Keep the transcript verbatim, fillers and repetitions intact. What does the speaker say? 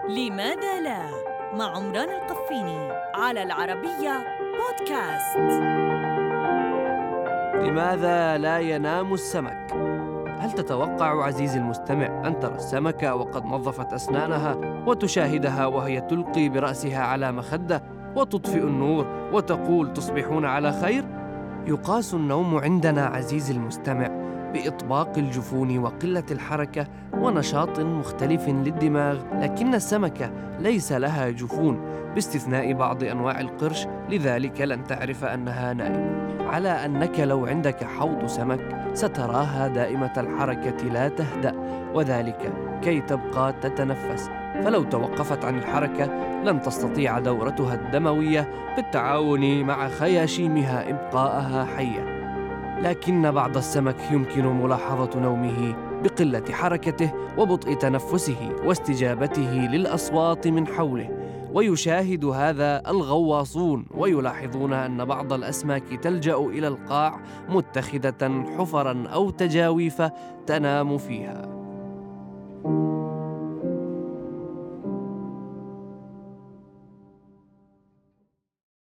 لماذا لا؟ مع عمران القفيني على العربية بودكاست. لماذا لا ينام السمك؟ هل تتوقع عزيزي المستمع أن ترى السمكة وقد نظفت أسنانها وتشاهدها وهي تلقي برأسها على مخدة وتطفئ النور وتقول تصبحون على خير؟ يقاس النوم عندنا عزيزي المستمع بإطباق الجفون وقلة الحركة ونشاط مختلف للدماغ، لكن السمكة ليس لها جفون باستثناء بعض أنواع القرش، لذلك لن تعرف أنها نائمة. على أنك لو عندك حوض سمك ستراها دائمة الحركة لا تهدأ، وذلك كي تبقى تتنفس، فلو توقفت عن الحركة لن تستطيع دورتها الدموية بالتعاون مع خياشيمها إبقاءها حية. لكن بعض السمك يمكن ملاحظة نومه بقلة حركته وبطء تنفسه واستجابته للأصوات من حوله، ويشاهد هذا الغواصون ويلاحظون أن بعض الأسماك تلجأ إلى القاع متخذة حفراً أو تجاويف تنام فيها.